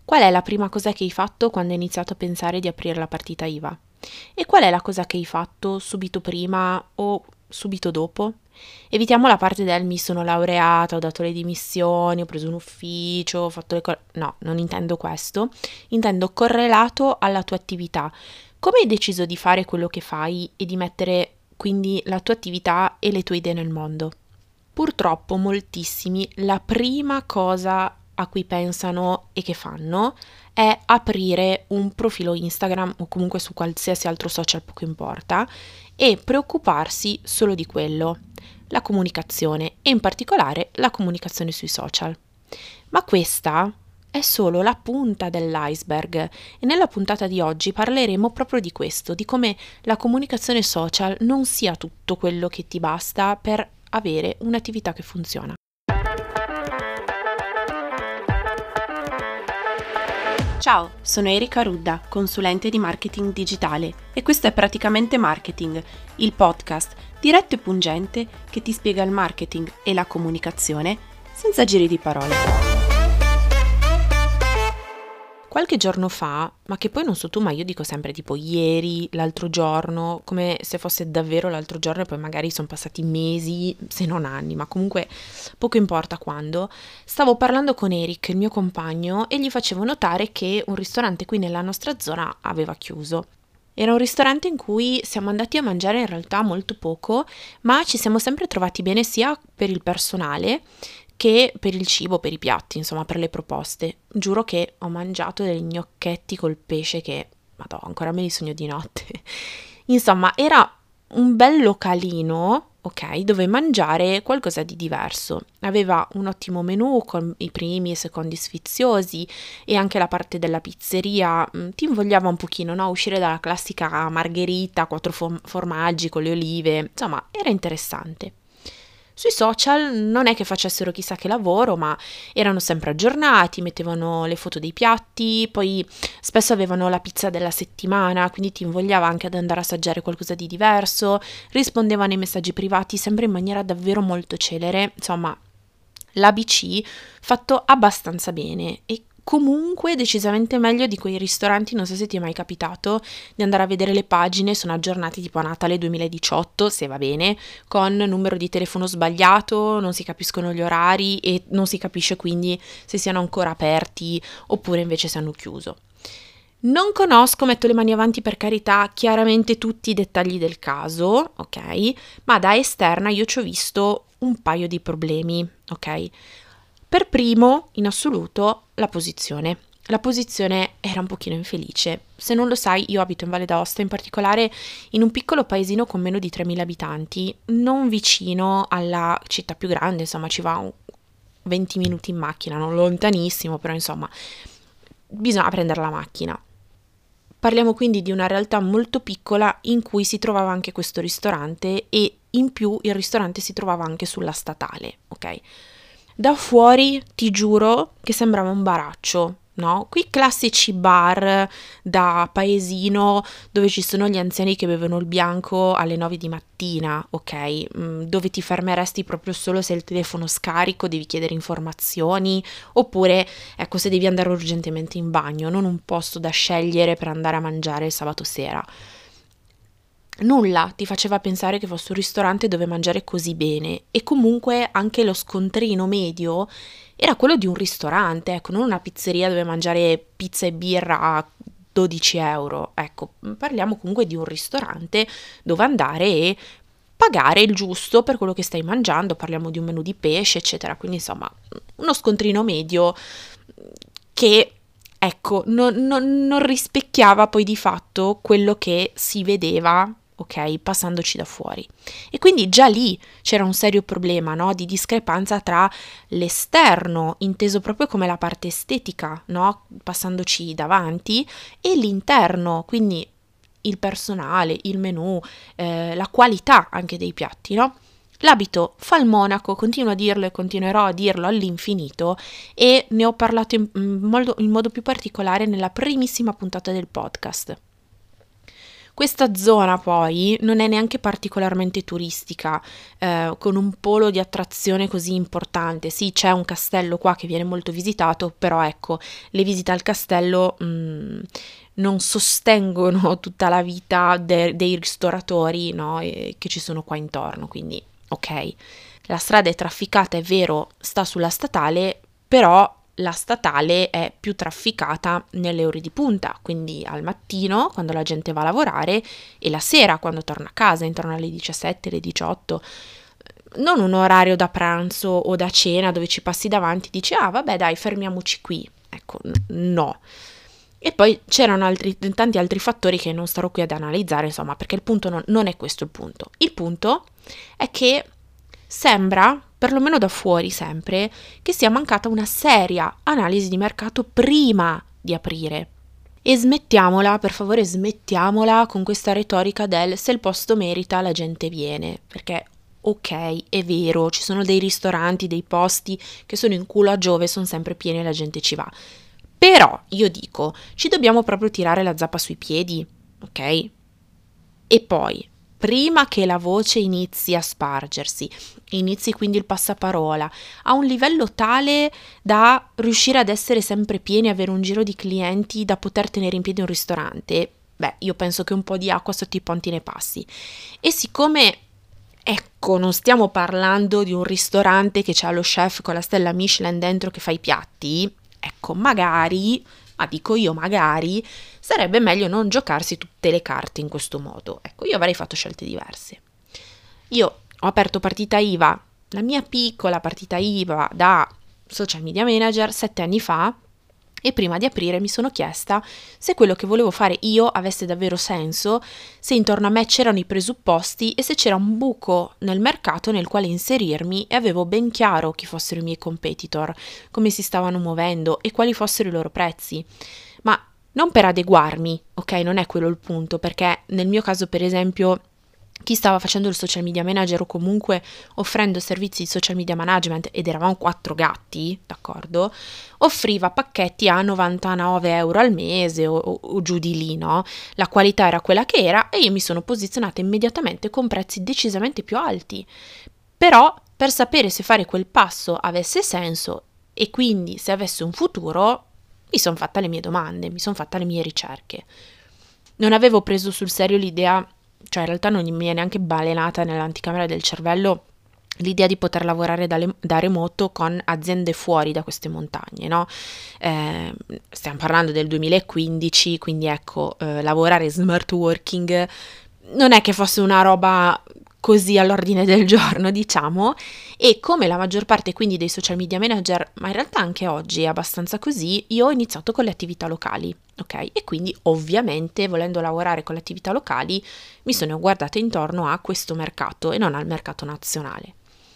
Qual è la prima cosa che hai fatto quando hai iniziato a pensare di aprire la partita IVA? E qual è la cosa che hai fatto subito prima o subito dopo? Evitiamo la parte del mi sono laureata, ho dato le dimissioni, ho preso un ufficio, ho fatto le cose. No, non intendo questo. Intendo correlato alla tua attività. Come hai deciso di fare quello che fai e di mettere quindi la tua attività e le tue idee nel mondo? Purtroppo moltissimi la prima cosa a cui pensano e che fanno è aprire un profilo Instagram o comunque su qualsiasi altro social, poco importa, e preoccuparsi solo di quello, la comunicazione e in particolare la comunicazione sui social. Ma questa è solo la punta dell'iceberg e nella puntata di oggi parleremo proprio di questo, di come la comunicazione social non sia tutto quello che ti basta per avere un'attività che funziona. Ciao, sono Erika Rudda, consulente di marketing digitale e questo è Praticamente Marketing, il podcast diretto e pungente che ti spiega il marketing e la comunicazione senza giri di parole. Qualche giorno fa, ma che poi non so tu, ma io dico sempre tipo ieri, l'altro giorno, come se fosse davvero l'altro giorno e poi magari sono passati mesi, se non anni, ma comunque poco importa quando, stavo parlando con Eric, il mio compagno, e gli facevo notare che un ristorante qui nella nostra zona aveva chiuso. Era un ristorante in cui siamo andati a mangiare in realtà molto poco, ma ci siamo sempre trovati bene sia per il personale che per il cibo, per i piatti, insomma, per le proposte. Giuro che ho mangiato degli gnocchetti col pesce che, madò, ancora me li sogno di notte. Insomma, era un bel localino, ok, dove mangiare qualcosa di diverso. Aveva un ottimo menù con i primi e secondi sfiziosi e anche la parte della pizzeria ti invogliava un pochino, no? Uscire dalla classica margherita, quattro formaggi con le olive, insomma, era interessante. Sui social non è che facessero chissà che lavoro, ma erano sempre aggiornati, mettevano le foto dei piatti, poi spesso avevano la pizza della settimana, quindi ti invogliava anche ad andare a assaggiare qualcosa di diverso, rispondevano ai messaggi privati sempre in maniera davvero molto celere, insomma, l'ABC fatto abbastanza bene e comunque decisamente meglio di quei ristoranti, non so se ti è mai capitato di andare a vedere le pagine, sono aggiornati tipo a Natale 2018, se va bene, con numero di telefono sbagliato, non si capiscono gli orari e non si capisce quindi se siano ancora aperti oppure invece se hanno chiuso. Non conosco, metto le mani avanti per carità, chiaramente tutti i dettagli del caso, ok? Ma da esterna io ci ho visto un paio di problemi, ok? Per primo, in assoluto, la posizione. La posizione era un pochino infelice. Se non lo sai, io abito in Valle d'Aosta, in particolare in un piccolo paesino con meno di 3.000 abitanti, non vicino alla città più grande, insomma ci va 20 minuti in macchina, non lontanissimo, però insomma bisogna prendere la macchina. Parliamo quindi di una realtà molto piccola in cui si trovava anche questo ristorante e in più il ristorante si trovava anche sulla statale, ok? Da fuori ti giuro che sembrava un baraccio, no? Quei classici bar da paesino dove ci sono gli anziani che bevono il bianco alle 9 di mattina, ok? Dove ti fermeresti proprio solo se il telefono scarico, devi chiedere informazioni, oppure, ecco, se devi andare urgentemente in bagno, non un posto da scegliere per andare a mangiare il sabato sera. Nulla ti faceva pensare che fosse un ristorante dove mangiare così bene e comunque anche lo scontrino medio era quello di un ristorante, ecco, non una pizzeria dove mangiare pizza e birra a 12 euro, ecco, parliamo comunque di un ristorante dove andare e pagare il giusto per quello che stai mangiando, parliamo di un menù di pesce, eccetera, quindi insomma uno scontrino medio che ecco, non rispecchiava poi di fatto quello che si vedeva, ok, passandoci da fuori. E quindi già lì c'era un serio problema, no, di discrepanza tra l'esterno, inteso proprio come la parte estetica, no, passandoci davanti, e l'interno, quindi il personale, il menù, la qualità anche dei piatti, no? L'abito fa il monaco, continuo a dirlo e continuerò a dirlo all'infinito e ne ho parlato in modo più particolare nella primissima puntata del podcast. Questa zona poi non è neanche particolarmente turistica, con un polo di attrazione così importante. Sì, c'è un castello qua che viene molto visitato, però ecco, le visite al castello non sostengono tutta la vita dei ristoratori, no, che ci sono qua intorno. Quindi, ok, la strada è trafficata, è vero, sta sulla statale, però la statale è più trafficata nelle ore di punta, quindi al mattino quando la gente va a lavorare e la sera quando torna a casa, intorno alle 17, alle 18. Non un orario da pranzo o da cena dove ci passi davanti e dici ah vabbè dai fermiamoci qui. Ecco, no. E poi c'erano tanti altri fattori che non starò qui ad analizzare, insomma, perché il punto non è questo il punto. Il punto è che sembra, perlomeno da fuori sempre, che sia mancata una seria analisi di mercato prima di aprire. E smettiamola, per favore smettiamola con questa retorica del se il posto merita la gente viene, perché ok, è vero, ci sono dei ristoranti, dei posti che sono in culo a Giove, sono sempre pieni e la gente ci va. Però io dico, ci dobbiamo proprio tirare la zappa sui piedi, ok? E poi, prima che la voce inizi a spargersi, inizi quindi il passaparola a un livello tale da riuscire ad essere sempre pieni, avere un giro di clienti da poter tenere in piedi un ristorante, beh, io penso che un po' di acqua sotto i ponti ne passi. E siccome, ecco, non stiamo parlando di un ristorante che c'ha lo chef con la stella Michelin dentro che fa i piatti, ecco, magari, ma dico io magari, sarebbe meglio non giocarsi tutte le carte in questo modo. Ecco, io avrei fatto scelte diverse. Io ho aperto partita IVA, la mia piccola partita IVA da social media manager 7 anni fa, e prima di aprire mi sono chiesta se quello che volevo fare io avesse davvero senso, se intorno a me c'erano i presupposti e se c'era un buco nel mercato nel quale inserirmi, e avevo ben chiaro chi fossero i miei competitor, come si stavano muovendo e quali fossero i loro prezzi. Ma non per adeguarmi, ok? Non è quello il punto, perché nel mio caso, per esempio, chi stava facendo il social media manager o comunque offrendo servizi di social media management, ed eravamo 4 gatti, d'accordo, offriva pacchetti a 99 euro al mese o giù di lì, no? La qualità era quella che era e io mi sono posizionata immediatamente con prezzi decisamente più alti. Però per sapere se fare quel passo avesse senso e quindi se avesse un futuro, mi sono fatta le mie domande, mi sono fatta le mie ricerche. Non avevo preso sul serio l'idea, cioè in realtà non mi è neanche balenata nell'anticamera del cervello l'idea di poter lavorare da remoto con aziende fuori da queste montagne, no? Stiamo parlando del 2015, quindi ecco, lavorare smart working non è che fosse una roba così all'ordine del giorno, diciamo, e come la maggior parte quindi dei social media manager, ma in realtà anche oggi è abbastanza così, io ho iniziato con le attività locali, ok? E quindi ovviamente volendo lavorare con le attività locali mi sono guardata intorno a questo mercato e non al mercato nazionale.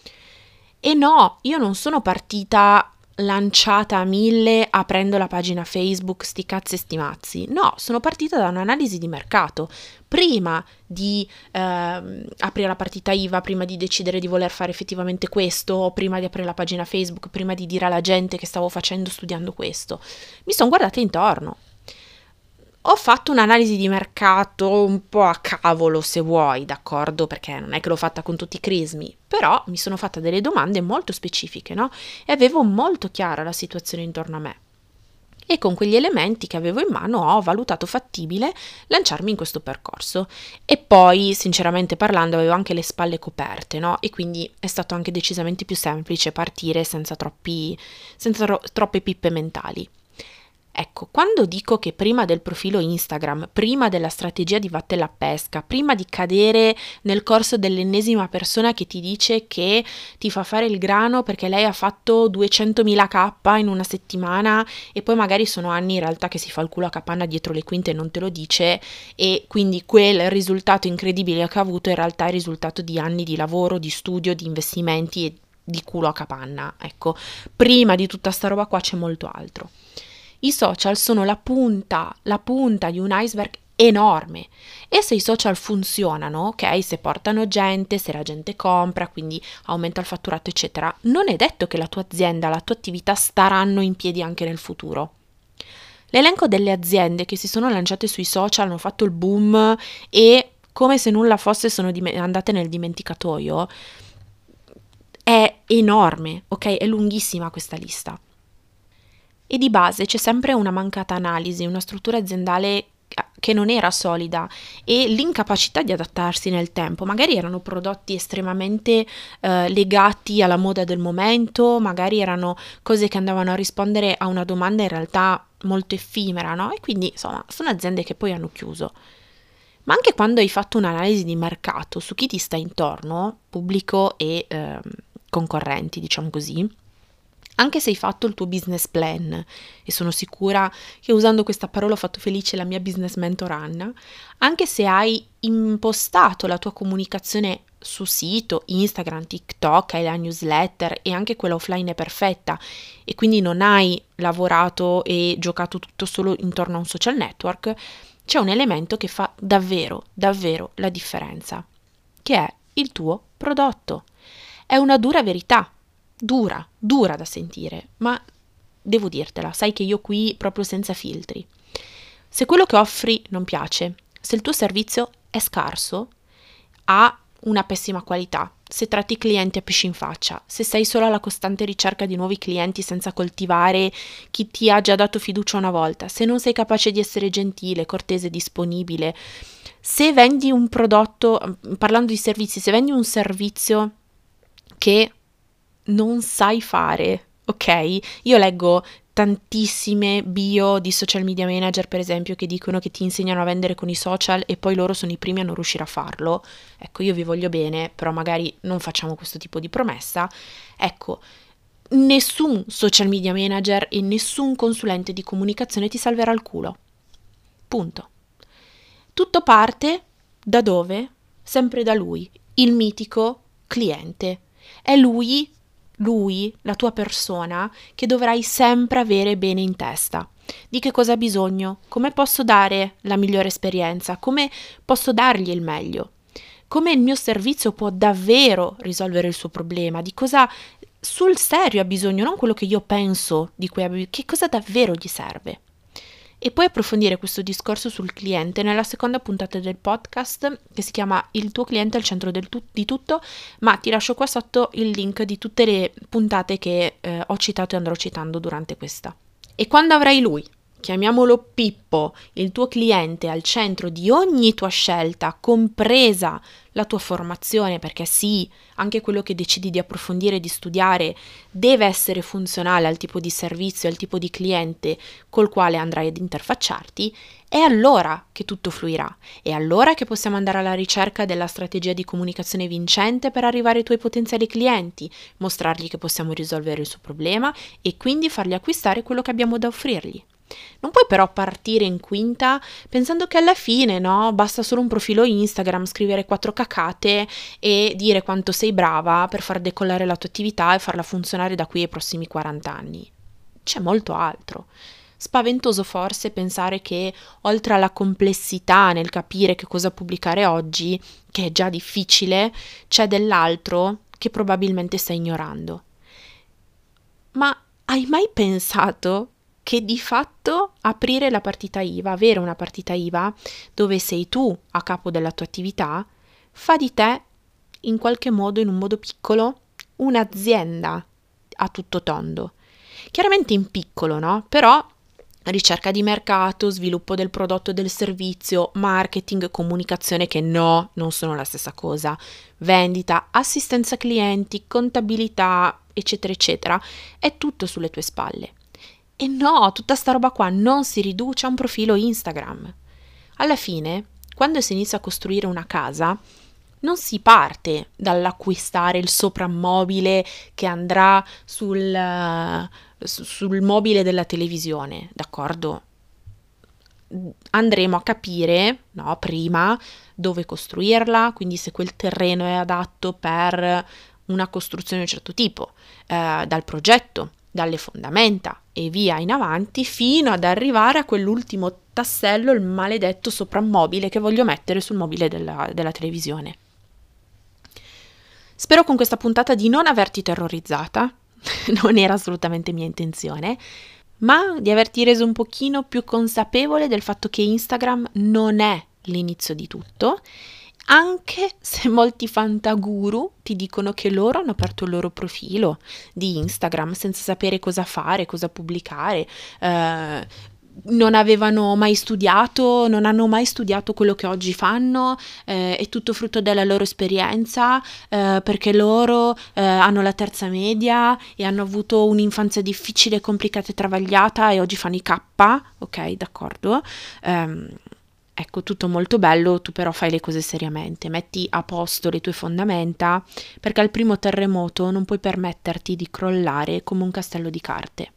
E no, io non sono partita lanciata a 1000 aprendo la pagina Facebook, sti cazzi e sti mazzi. No, sono partita da un'analisi di mercato. Prima di aprire la partita IVA, prima di decidere di voler fare effettivamente questo, o prima di aprire la pagina Facebook, prima di dire alla gente che stavo facendo studiando questo, mi sono guardata intorno. Ho fatto un'analisi di mercato un po' a cavolo, se vuoi, d'accordo? Perché non è che l'ho fatta con tutti i crismi, però mi sono fatta delle domande molto specifiche, no? E avevo molto chiara la situazione intorno a me. E con quegli elementi che avevo in mano ho valutato fattibile lanciarmi in questo percorso. E poi, sinceramente parlando, avevo anche le spalle coperte, no? E quindi è stato anche decisamente più semplice partire senza troppe pippe mentali. Ecco, quando dico che prima del profilo Instagram, prima della strategia di vattene la pesca, prima di cadere nel corso dell'ennesima persona che ti dice che ti fa fare il grano perché lei ha fatto 200.000 K in una settimana e poi magari sono anni in realtà che si fa il culo a capanna dietro le quinte e non te lo dice, e quindi quel risultato incredibile che ha avuto in realtà è il risultato di anni di lavoro, di studio, di investimenti e di culo a capanna. Ecco, prima di tutta sta roba qua c'è molto altro. I social sono la punta di un iceberg enorme, e se i social funzionano, ok, se portano gente, se la gente compra, quindi aumenta il fatturato eccetera, non è detto che la tua azienda, la tua attività staranno in piedi anche nel futuro. L'elenco delle aziende che si sono lanciate sui social, hanno fatto il boom e come se nulla fosse sono andate nel dimenticatoio, è enorme, ok? È lunghissima questa lista. E di base c'è sempre una mancata analisi, una struttura aziendale che non era solida e l'incapacità di adattarsi nel tempo. Magari erano prodotti estremamente legati alla moda del momento, magari erano cose che andavano a rispondere a una domanda in realtà molto effimera, no? E quindi insomma sono aziende che poi hanno chiuso. Ma anche quando hai fatto un'analisi di mercato su chi ti sta intorno, pubblico e concorrenti, diciamo così, anche se hai fatto il tuo business plan, e sono sicura che usando questa parola ho fatto felice la mia business mentor Anna, anche se hai impostato la tua comunicazione su sito, Instagram, TikTok, hai la newsletter e anche quella offline è perfetta e quindi non hai lavorato e giocato tutto solo intorno a un social network, c'è un elemento che fa davvero, davvero la differenza, che è il tuo prodotto. È una dura verità. Dura da sentire, ma devo dirtela, sai che io qui proprio senza filtri. Se quello che offri non piace, se il tuo servizio è scarso, ha una pessima qualità, se tratti i clienti a pesci in faccia, se sei solo alla costante ricerca di nuovi clienti senza coltivare chi ti ha già dato fiducia una volta, se non sei capace di essere gentile, cortese, disponibile, se vendi un prodotto, parlando di servizi, se vendi un servizio che non sai fare, ok? Io leggo tantissime bio di social media manager, per esempio, che dicono che ti insegnano a vendere con i social e poi loro sono i primi a non riuscire a farlo. Ecco, io vi voglio bene, però magari non facciamo questo tipo di promessa. Ecco, nessun social media manager e nessun consulente di comunicazione ti salverà il culo. Punto. Tutto parte da dove? Sempre da lui, il mitico cliente. È lui, la tua persona, che dovrai sempre avere bene in testa. Di che cosa ha bisogno? Come posso dare la migliore esperienza? Come posso dargli il meglio? Come il mio servizio può davvero risolvere il suo problema? Di cosa sul serio ha bisogno, non quello che io penso di cui ha bisogno, che cosa davvero gli serve? E poi approfondire questo discorso sul cliente nella seconda puntata del podcast che si chiama Il tuo cliente al centro di tutto, ma ti lascio qua sotto il link di tutte le puntate che ho citato e andrò citando durante questa. E quando avrai lui, chiamiamolo Pippo, il tuo cliente al centro di ogni tua scelta, compresa la tua formazione, perché sì, anche quello che decidi di approfondire e di studiare deve essere funzionale al tipo di servizio e al tipo di cliente col quale andrai ad interfacciarti, è allora che tutto fluirà, è allora che possiamo andare alla ricerca della strategia di comunicazione vincente per arrivare ai tuoi potenziali clienti, mostrargli che possiamo risolvere il suo problema e quindi fargli acquistare quello che abbiamo da offrirgli. Non puoi però partire in quinta pensando che alla fine, no, basta solo un profilo Instagram, scrivere 4 cacate e dire quanto sei brava per far decollare la tua attività e farla funzionare da qui ai prossimi 40 anni. C'è molto altro. Spaventoso forse pensare che oltre alla complessità nel capire che cosa pubblicare oggi, che è già difficile, c'è dell'altro che probabilmente stai ignorando. Ma hai mai pensato che di fatto aprire la partita IVA, avere una partita IVA dove sei tu a capo della tua attività, fa di te in qualche modo, in un modo piccolo, un'azienda a tutto tondo. Chiaramente in piccolo, no? Però ricerca di mercato, sviluppo del prodotto e del servizio, marketing, comunicazione che no, non sono la stessa cosa, vendita, assistenza clienti, contabilità, eccetera, eccetera, è tutto sulle tue spalle. E no, tutta sta roba qua non si riduce a un profilo Instagram. Alla fine, quando si inizia a costruire una casa, non si parte dall'acquistare il soprammobile che andrà sul mobile della televisione, d'accordo? Andremo a capire, no, prima dove costruirla, quindi se quel terreno è adatto per una costruzione di un certo tipo, dal progetto, dalle fondamenta e via in avanti fino ad arrivare a quell'ultimo tassello, il maledetto soprammobile che voglio mettere sul mobile della televisione. Spero con questa puntata di non averti terrorizzata, non era assolutamente mia intenzione, ma di averti reso un pochino più consapevole del fatto che Instagram non è l'inizio di tutto, anche se molti fantaguru ti dicono che loro hanno aperto il loro profilo di Instagram senza sapere cosa fare, cosa pubblicare, non avevano mai studiato, non hanno mai studiato quello che oggi fanno, è tutto frutto della loro esperienza, perché loro hanno la terza media e hanno avuto un'infanzia difficile, complicata e travagliata e oggi fanno i K, ok, d'accordo? Ecco, tutto molto bello, tu però fai le cose seriamente, metti a posto le tue fondamenta, perché al primo terremoto non puoi permetterti di crollare come un castello di carte.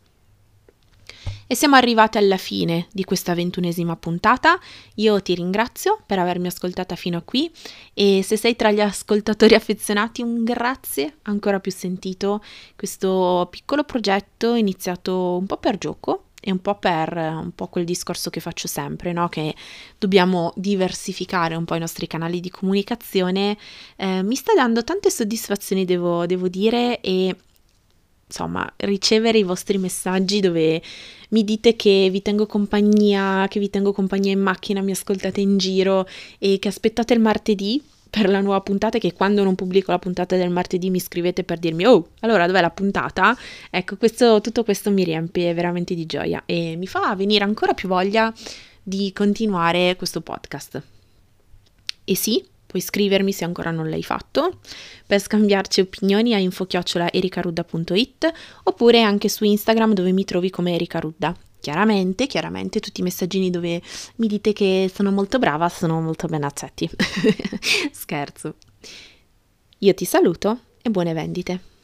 E siamo arrivati alla fine di questa 21ª puntata. Io ti ringrazio per avermi ascoltata fino a qui e se sei tra gli ascoltatori affezionati un grazie ancora più sentito. Questo piccolo progetto iniziato un po' per gioco e un po' per un po' quel discorso che faccio sempre, no? Che dobbiamo diversificare un po' i nostri canali di comunicazione, mi sta dando tante soddisfazioni, devo dire, e insomma, ricevere i vostri messaggi dove mi dite che vi tengo compagnia, in macchina, mi ascoltate in giro e che aspettate il martedì per la nuova puntata, che quando non pubblico la puntata del martedì mi scrivete per dirmi oh, allora dov'è la puntata? Ecco, tutto questo mi riempie veramente di gioia e mi fa venire ancora più voglia di continuare questo podcast. E sì, puoi scrivermi se ancora non l'hai fatto, per scambiarci opinioni a info@ericarudda.it oppure anche su Instagram dove mi trovi come Erica Rudda. Chiaramente, tutti i messaggini dove mi dite che sono molto brava sono molto ben accetti. Scherzo. Io ti saluto e buone vendite.